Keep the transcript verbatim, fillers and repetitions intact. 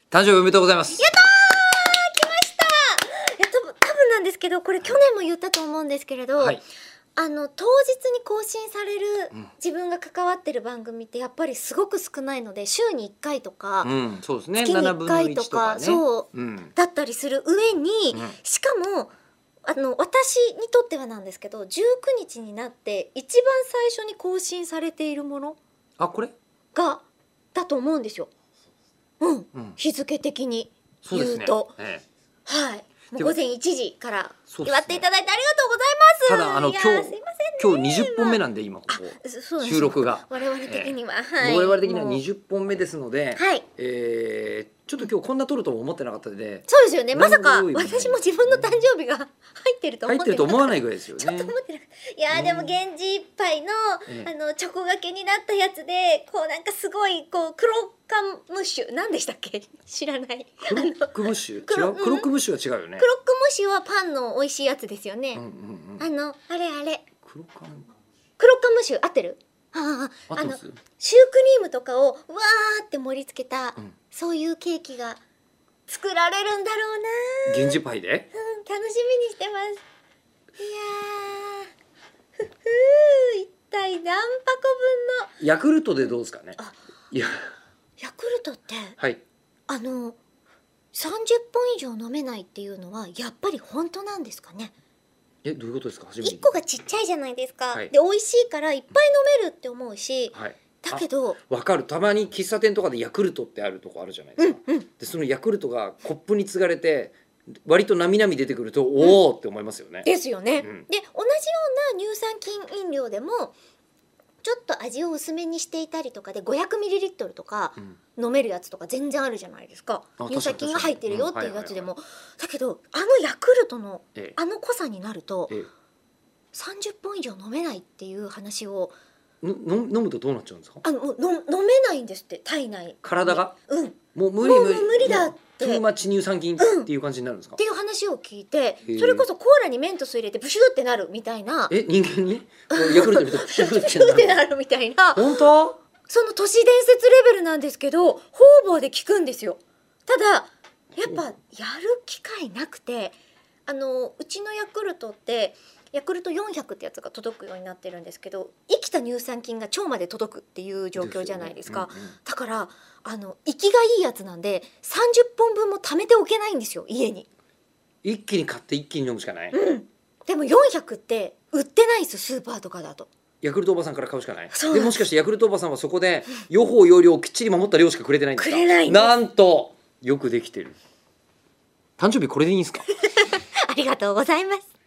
誕生日おめでとうございます。 やったー、来ました。いや、多分多分なんですけど、これ去年も言ったと思うんですけれど、はい、あの当日に更新される、うん、自分が関わってる番組ってやっぱりすごく少ないので、週にいっかいとか、うん、そうですね、月にいっかいとか、ね、そう、うん、だったりする上に、うん、しかもあの私にとってはなんですけど、じゅうくにちになって一番最初に更新されているもの、 あ、これがだと思うんですよ。うん、うん、日付的に言うと、う、ね、ええ、はい、もうごぜんいちじから祝っていただいてありがとうございます。 ただあの今日、ね、今日にじゅっぽんめなんで、今ここ収録が我々的には、 えー、はい、我々的にはにじゅっぽんめですので、 はい、 えー、ちょっと今日こんな撮るとも思ってなかったので、 そうですよね。まさか私も自分の誕生日が入ってると思ってなかった。入ってると思わないぐらいですよね。 ちょっと思ってなかった。いやー、でも源氏一杯の、ええ、あのチョコがけになったやつで、こうなんかすごいこうクロッカムッシュ、何でしたっけ、知らない。 クロックムッシュ、違う、クロックムッシュは違うよね。 クロックムッシュはパンの美味しいやつですよね。うんうんうん、あのあれあれ。 クロッカム。 クロッカムッシュ合ってる？ああ、あのシュークリームとかをわーって盛り付けた、うん、そういうケーキが作られるんだろうな。 源氏パイで？うん、 楽しみにしてます。いやー、ふふー、一体何箱分の。 ヤクルトでどうですかね。 あ、いや、ヤクルトって、 はい、 あのさんじゅっぽん以上飲めないっていうのはやっぱり本当なんですかね。 え、どういうことですか。 いっこがちっちゃいじゃないですか、はい、で美味しいからいっぱい飲めるって思うし、はい、だけどわかる。たまに喫茶店とかでヤクルトってあるとこあるじゃないですか、うんうん、でそのヤクルトがコップに継がれて割となみなみ出てくると、うん、おーって思いますよね。 ですよね、うん、で同じような乳酸菌飲料でもちょっと味を薄めにしていたりとかで ごひゃくミリリットル とか飲めるやつとか全然あるじゃないですか、うん、乳酸菌が入ってるよっていうやつでも、だけどあのヤクルトのあの濃さになると、ええ、さんじゅっぽん以上飲めないっていう話をの飲むとどうなっちゃうんですか。 あのの飲めないんですって、体内体が、 うん、 もう無理無理無理だって、 トゥーマッチ乳酸菌っていう感じになるんですか、うん、 っていう話を聞いて、それこそコーラにメントス入れてプシューってなるみたいな。 え、人間にヤクルト入れてプシューってなるみたいな。 本当？ その都市伝説レベルなんですけど、方々で聞くんですよ。ただやっぱやる機会なくて、あのうちのヤクルトってヤクルトよんひゃくってやつが届くようになってるんですけど、生きた乳酸菌が腸まで届くっていう状況じゃないですか。ですよね。うんうん、だからあの生きがいいやつなんでさんじゅっぽんぶんも貯めておけないんですよ、家に。 一気に買って一気に飲むしかない、 うん、でもよんひゃくって売ってないです、スーパーとかだと。 ヤクルトおばさんから買うしかない。でもしかしてヤクルトおばさんはそこで用法用量をきっちり守った量しかくれてないんですか。 くれないんです。 なんとよくできてる。誕生日これでいいんですか。 ありがとうございます。